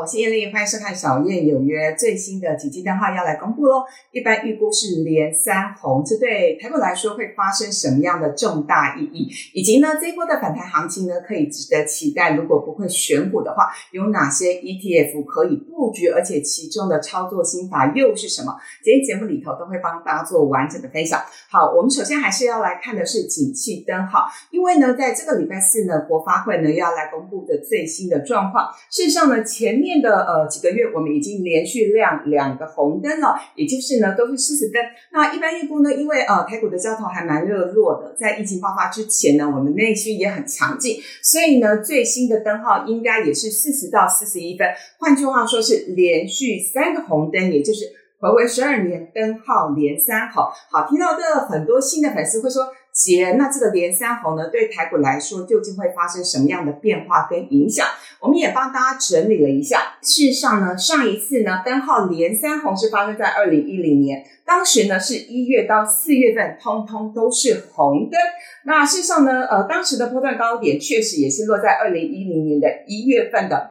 是燕丽，欢迎收看小燕有约。最新的几季灯号要来公布咯，一般预估是连三红，这对台股来说会发生什么样的重大意义，以及呢这一波的反弹行情呢可以值得期待，如果不会选股的话，有哪些 ETF 可以布局，而且其中的操作心法又是什么，今天节目里头都会帮大家做完整的分享。好，我们首先还是要来看的是景气灯号，因为呢在这个礼拜四呢，国发会呢要来公布的最新的状况。事实上呢，前面的几个月我们已经连续亮2个红灯了，也就是呢都是狮子灯。那一般预估呢，因为台股的交投还蛮热络的，在疫情爆发之前呢，我们内需也很强劲，所以呢最新的灯号应该也是40到41分，换句话说是连续3个红灯，也就是回归12年灯号连三红。好，听到的很多新的粉丝会说，姐，那这个连三红呢对台股来说究竟会发生什么样的变化跟影响？我们也帮大家整理了一下。事实上呢，上一次呢灯号连三红是发生在2010年，当时呢是1月到4月份通通都是红灯。那事实上呢当时的波段高点确实也是落在2010年的1月份的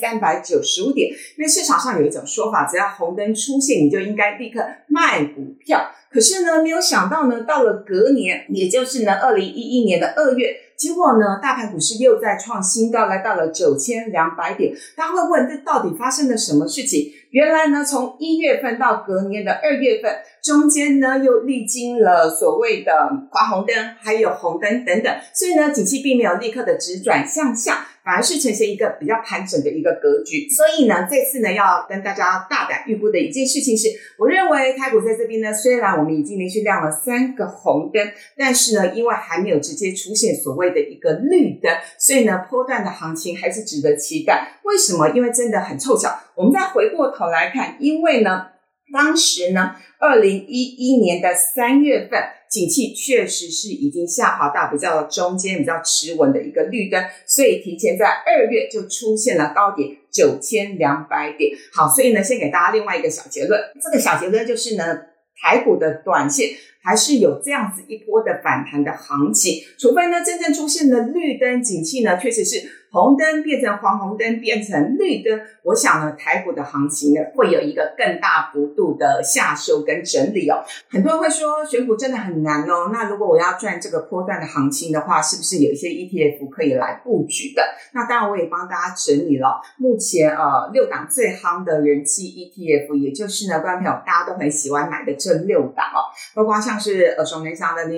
8395点，因为市场上有一种说法，只要红灯出现你就应该立刻卖股票。可是呢没有想到呢，到了隔年，也就是呢2011年的2月，结果呢大盘股市又再创新高，来到了9200点。大家会问，这到底发生了什么事情？原来呢从1月份到隔年的2月份，中间呢又历经了所谓的滑红灯还有红灯等等，所以呢景气并没有立刻的直转向下，反而是呈现一个比较盘整的一个格局。所以呢这次呢要跟大家大胆预估的一件事情是，我认为台股在这边呢，虽然我们已经连续亮了3个红灯，但是呢因为还没有直接出现所谓的一个绿灯，所以呢波段的行情还是值得期待。为什么？因为真的很凑巧，我们再回过头来看，因为呢当时呢2011年的3月份景气确实是已经下滑到比较中间比较持稳的一个绿灯，所以提前在2月就出现了高点9200点。好，所以呢先给大家另外一个小结论，这个小结论就是呢台股的短线还是有这样子一波的反弹的行情，除非呢真正出现了绿灯，景气呢确实是红灯变成黄红灯变成绿灯，我想呢台股的行情呢会有一个更大幅度的下修跟整理哦。很多人会说选股真的很难哦，那如果我要赚这个波段的行情的话，是不是有一些 ETF 可以来布局的？那当然我也帮大家整理了目前6档最夯的人气 ETF， 也就是呢观众朋友大家都很喜欢买的这6档哦，包括像是耳熟能详的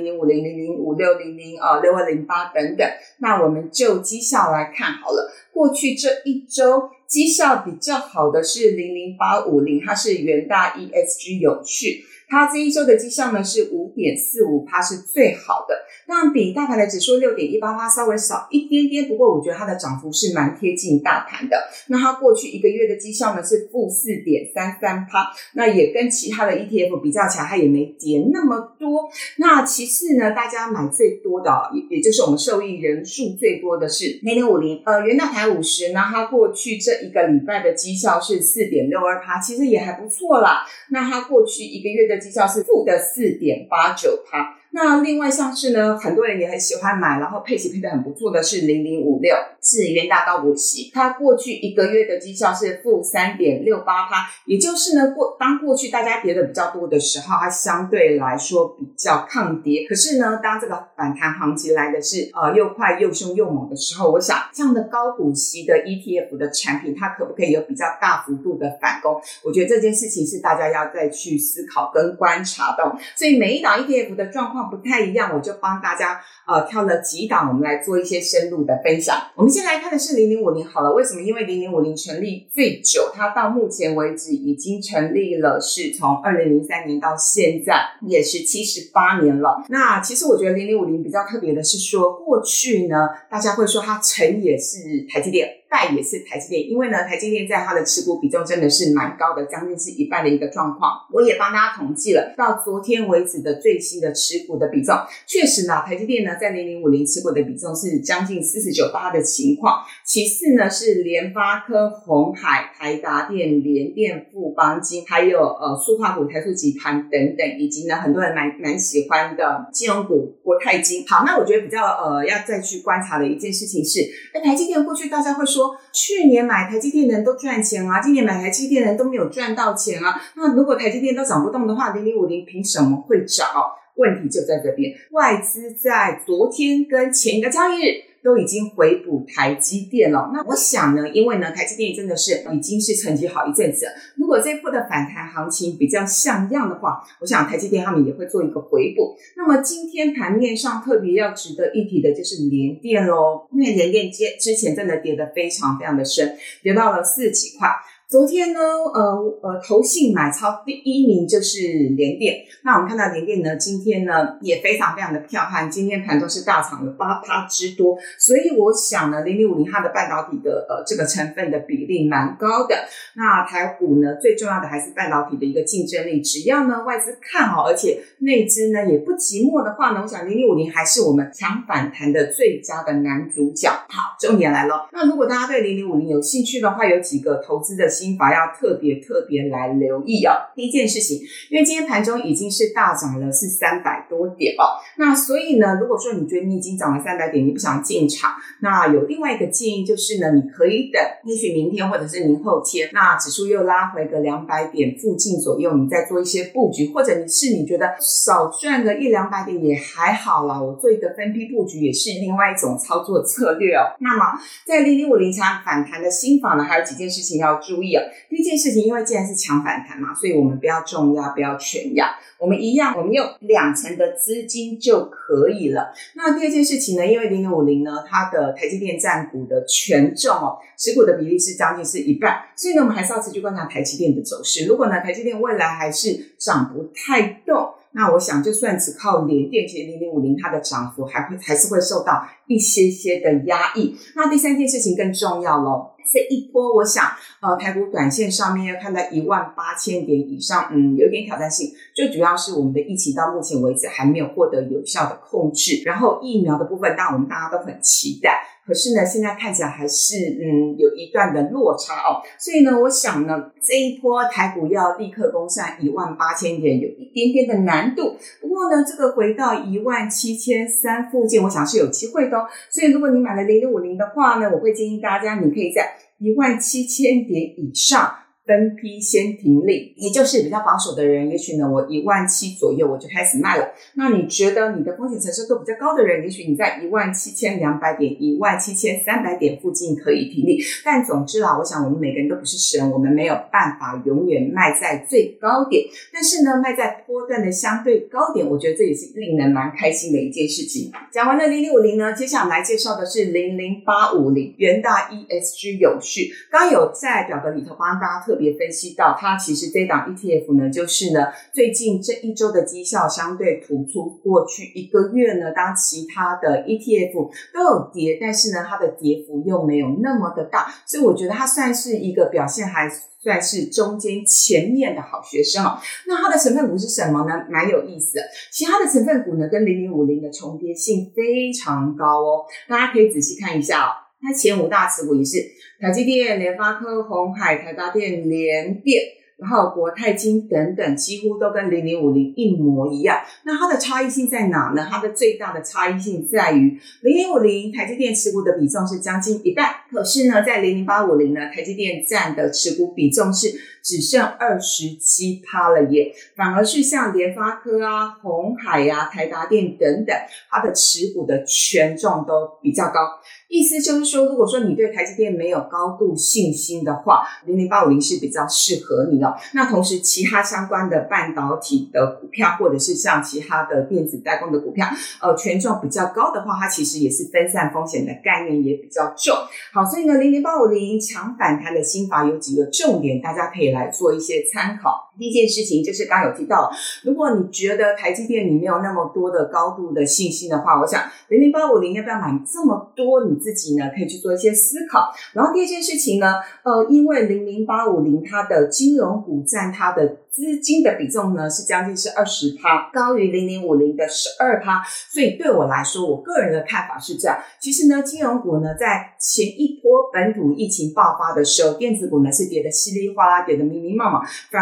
0050、0056、6208等等。那我们就绩效来看好了，过去这一周绩效比较好的是00850，它是元大 ESG 永续，它这一周的绩效呢是 5.45%， 是最好的。那比大盘的指数 6.18% 稍微少一点点，不过我觉得它的涨幅是蛮贴近大盘的。那它过去1个月的绩效呢是负 4.33%， 那也跟其他的 ETF 比较起来，它也没跌那么多。那其次呢，大家买最多的也就是我们受益人数最多的是0050，元大台50，那它过去这1个礼拜的绩效是 4.62%， 其实也还不错啦。那它过去1个月的绩效是负的 4.89%。那另外像是呢，很多人也很喜欢买，然后配息配得很不错的是0056，是元大高股息，它过去1个月的绩效是负 3.68%， 也就是呢当过去大家跌的比较多的时候，它相对来说比较抗跌。可是呢当这个反弹行情来的是又快又凶又猛的时候，我想这样的高股息的 ETF 的产品，它可不可以有比较大幅度的反攻？我觉得这件事情是大家要再去思考跟观察的。所以每一档 ETF 的状况不太一样，我就帮大家挑了几档，我们来做一些深入的分享。我们先来看的是0050好了，为什么？因为0050成立最久，它到目前为止已经成立了，是从2003年到现在也是78年了。那其实我觉得0050比较特别的是说，过去呢大家会说它成也是台积电，败也是台积电，因为呢台积电在它的持股比重真的是蛮高的，将近是1半的一个状况。我也帮大家统计了到昨天为止的最新的持股的比重，确实呢台积电呢在0050持股的比重是将近 49% 的情况，其次呢是联发科、鸿海、台达电、联电、富邦金，还有塑化股台塑集团等等，以及呢很多人蛮喜欢的金融股国泰金。好，那我觉得比较要再去观察的一件事情是，台积电过去大家会说说去年买台积电的人都赚钱啊，今年买台积电的人都没有赚到钱啊，那如果台积电都涨不动的话，0050凭什么会涨？问题就在这边，外资在昨天跟前一个交易日都已经回补台积电了。那我想呢，因为呢台积电真的是已经是成绩好一阵子了，如果这一波的反弹行情比较像样的话，我想台积电他们也会做一个回补。那么今天盘面上特别要值得一提的就是联电咯，因为联电之前真的跌得非常非常的深，跌到了40几块。昨天呢，投信买超第一名就是联电。那我们看到联电呢，今天呢也非常非常的彪悍，今天盘中是大涨了8%之多。所以我想呢，0050它的半导体的这个成分的比例蛮高的。那台股呢，最重要的还是半导体的一个竞争力。只要呢外资看好，而且内资呢也不寂寞的话呢，我想0050还是我们强反弹的最佳的男主角。好，重点来了。那如果大家对0050有兴趣的话，有几个投资的心法要特别来留意哦。第一件事情，因为今天盘中已经是大涨了是300多点哦，那所以呢，如果说你觉得你已经涨了300点，你不想进场，那有另外一个建议就是呢，你可以等，也许明天或者是明后天，那指数又拉回个200点附近左右，你再做一些布局，或者你觉得少赚个100-200点也还好啦，我做一个分批布局也是另外一种操作策略哦。那么在0050强反弹的心法呢，还有几件事情要注意哦。第一件事情，因为既然是强反弹嘛，所以我们不要重压，不要全压，我们用20%的资金就可以了。那第二件事情呢，因为0050呢，它的台积电占股的权重持股的比例是将近是一半，所以呢，我们还是要持续观察台积电的走势。如果呢，台积电未来还是涨不太动，那我想就算只靠联电，其实0050它的涨幅还是会受到一些的压抑。那第三件事情更重要咯，这一波我想台股短线上面要看到18000点以上，有点挑战性。最主要是我们的疫情到目前为止还没有获得有效的控制，然后疫苗的部分当然我们大家都很期待，可是呢现在看起来还是有一段的落差哦。所以呢我想呢这一波台股要立刻攻上18000点有一点点的难度，不过呢这个回到17300附近我想是有机会的哦。所以如果你买了0050的话呢，我会建议大家你可以在17000点以上分批先停利，也就是比较保守的人，也许呢我17000左右我就开始卖了。那你觉得你的风险承受度比较高的人，也许你在17200点、17300点附近可以停利。但总之啦，我想我们每个人都不是神，我们没有办法永远卖在最高点，但是呢卖在波段的相对高点，我觉得这也是令人蛮开心的一件事情。讲完了0050呢，接下来介绍的是00850元大 ESG 永续。刚刚有在表格里头帮大家特别分析到，它其实这档 ETF 呢，就是呢最近这一周的绩效相对突出，过去1个月呢，当其他的 ETF 都有跌，但是呢它的跌幅又没有那么的大，所以我觉得它算是一个表现还算是中间前面的好学生哦。那它的成分股是什么呢？蛮有意思的。其他的成分股呢跟0050的重叠性非常高哦，大家可以仔细看一下哦。它前5大持股也是台积电、联发科、鸿海、台达电、联电，然后国泰金等等，几乎都跟0050一模一样。那它的差异性在哪呢？它的最大的差异性在于0050台积电持股的比重是将近一半，可是呢在00850呢，台积电占的持股比重是只剩27% 了耶，反而是像联发科啊、鸿海啊、台达电等等，它的持股的权重都比较高。意思就是说，如果说你对台积电没有高度信心的话，00850是比较适合你哦。那同时其他相关的半导体的股票，或者是像其他的电子代工的股票，权重比较高的话，它其实也是分散风险的概念也比较重。好，所以呢00850强反弹的心法有几个重点，大家可以来做一些参考。第一件事情就是刚有提到，如果你觉得台积电你没有那么多的高度的信心的话，我想00850要不要买这么多，你自己呢可以去做一些思考。然后第二件事情呢，因为00850它的金融股占它的资金的比重呢是将近是 20%， 高于0050的 12%， 所以对我来说，我个人的看法是这样。其实呢金融股呢在前一波本土疫情爆发的时候，电子股呢是跌得稀里哗啦，跌得密密麻麻，反而呢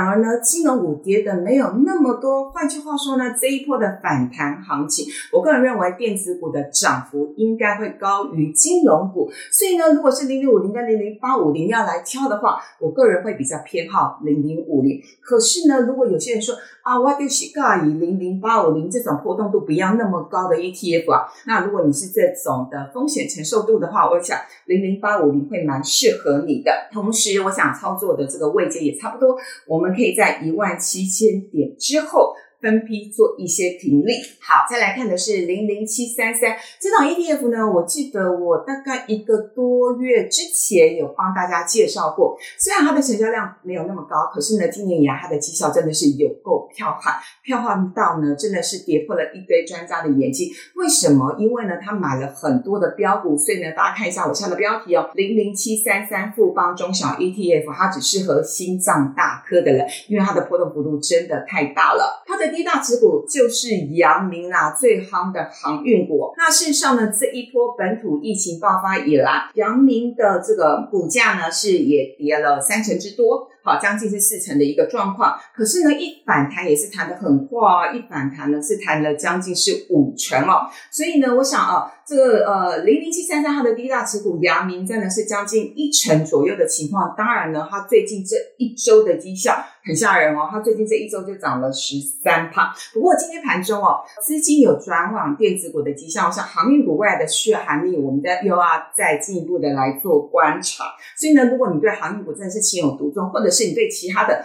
金融股跌的没有那么多，换句话说呢，这一波的反弹行情，我个人认为电子股的涨幅应该会高于金融股，所以呢，如果是0050跟00850要来挑的话，我个人会比较偏好0050。可是呢，如果有些人说啊，我就是介意00850这种波动度不要那么高的 ETF 啊，那如果你是这种的风险承受度的话，我想00850会蛮适合你的。同时我想操作的这个位阶也差不多，我们可以在17000点之后分批做一些停利。好，再来看的是00733这档 ETF 呢，我记得我大概1个多月之前有帮大家介绍过，虽然它的成交量没有那么高，可是呢今年以来它的绩效真的是有够彪悍到呢真的是跌破了一堆专家的眼睛。为什么？因为呢他买了很多的标股，所以呢大家看一下我下的标题哦，00733富邦中小 ETF， 它只适合心脏大颗的人，因为它的波动幅度真的太大了。它的第一大持股就是阳明啦，最夯的航运股。那事实上呢，这一波本土疫情爆发以来，阳明的这个股价呢是也跌了30%之多，好，将近是40%的一个状况。可是呢，一反弹也是弹得很快啊，一反弹呢是弹了将近是50%哦。所以呢，我想啊，这个00733它的第一大持股阳明真的是将近1%左右的情况。当然呢，它最近这一周的绩效很吓人哦，它最近这一周就涨了13%。不过今天盘中哦，资金有转往电子股的迹象，像航运股未来的血含力，我们又要再进一步的来做观察。所以呢，如果你对航运股真的是情有独钟，或者是你对其他的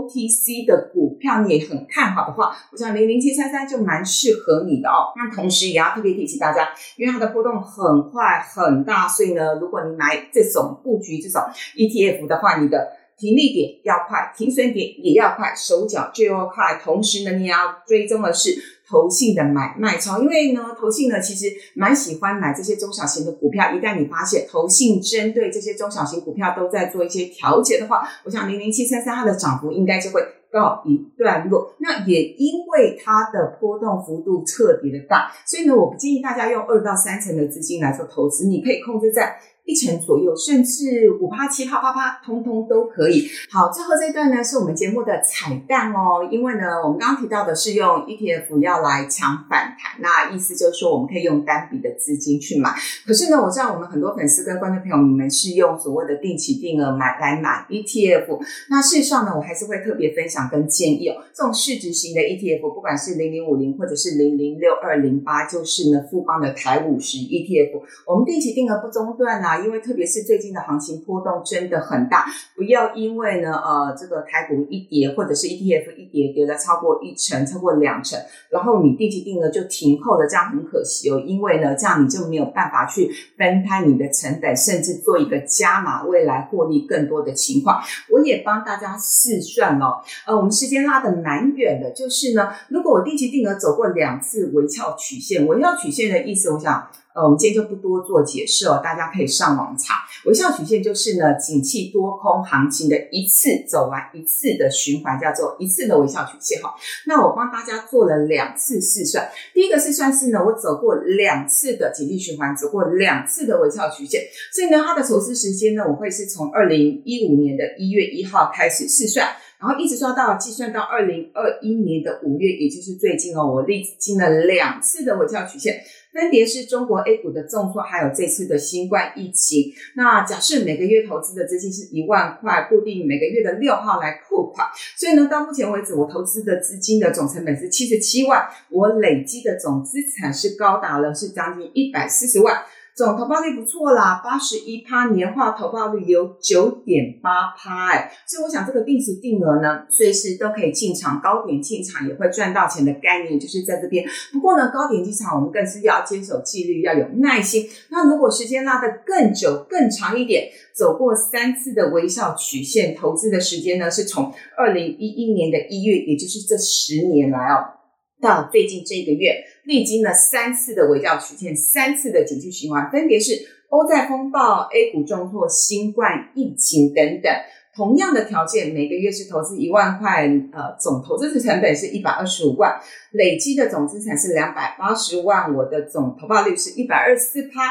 OTC 的股票你也很看好的话，我想00733就蛮适合你的哦。那同时也要特别提醒大家，因为它的波动很快很大，所以呢，如果你买这种布局这种 ETF 的话，你的停利点要快，停损点也要快，手脚就要快。同时呢，你也要追踪的是投信的买卖超，因为呢，投信呢其实蛮喜欢买这些中小型的股票。一旦你发现投信针对这些中小型股票都在做一些调节的话，我想00733它的涨幅应该就会告一段落。那也因为它的波动幅度特别的大，所以呢，我不建议大家用2到3成的资金来做投资，你可以控制在1成左右，甚至5%、7%、8%，通通都可以。好，最后这一段呢是我们节目的彩蛋哦，因为呢我们刚刚提到的是用 ETF 要来抢反弹，那意思就是说我们可以用单笔的资金去买。可是呢，我知道我们很多粉丝跟观众朋友，你们是用所谓的定期定额来买 ETF， 那事实上呢，我还是会特别分享跟建议哦，这种市值型的 ETF， 不管是0050或者是006208，就是呢富邦的台50 ETF， 我们定期定额不中断啦，因为特别是最近的行情波动真的很大，不要因为呢这个台股一跌，或者是 ETF 一跌，跌了超过1成超过2成，然后你定期定额就停扣了，这样很可惜哦，因为呢这样你就没有办法去分摊你的成本，甚至做一个加码未来获利更多的情况。我也帮大家试算哦，我们时间拉得蛮远的，就是呢如果我定期定额走过2次微翘曲线，微翘曲线的意思我想我们今天就不多做解释哦，大家可以上网查。微翘曲线就是呢景气多空行情的一次走完一次的循环，叫做一次的微翘曲线哈。那我帮大家做了2次试算，第一个试算是呢我走过2次的景气循环，走过2次的微翘曲线，所以呢它的筹资时间呢我会是从2015年的1月1号开始试算，然后一直计算到2021年的5月，也就是最近哦，我历经了2次的微翘曲线，分别是中国 A 股的重挫，还有这次的新冠疫情。那假设每个月投资的资金是1万块，固定每个月的6号来扣款，所以呢到目前为止我投资的资金的总成本是77万，我累积的总资产是高达了是将近140万，总投报率不错啦 81%， 年化投报率有 9.8%， 所以我想这个定时定额呢随时都可以进场，高点进场也会赚到钱的概念就是在这边。不过呢高点进场我们更是要坚守纪律，要有耐心。那如果时间拉得更久更长一点，走过3次的微笑曲线，投资的时间呢是从2011年的1月，也就是这10年来哦，到最近这个月历经了3次的微笑曲线，3次的景气循环，分别是欧债风暴、A 股重挫、新冠疫情等等。同样的条件，每个月是投资1万块，总投资成本是125万，累积的总资产是280万，我的总投报率是124%。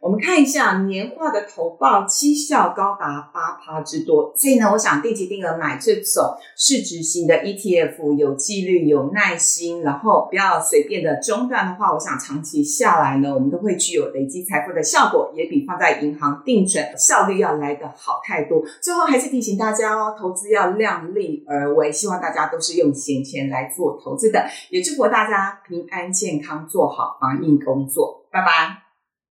我们看一下年化的投报绩效高达 8% 之多，所以呢，我想定期定额买这种市值型的 ETF 有纪律有耐心，然后不要随便的中断的话，我想长期下来呢，我们都会具有累积财富的效果，也比放在银行定存效率要来得好太多。最后还是提醒大家哦，投资要量力而为，希望大家都是用闲钱来做投资的，也祝福大家平安健康做好防疫工作，拜拜。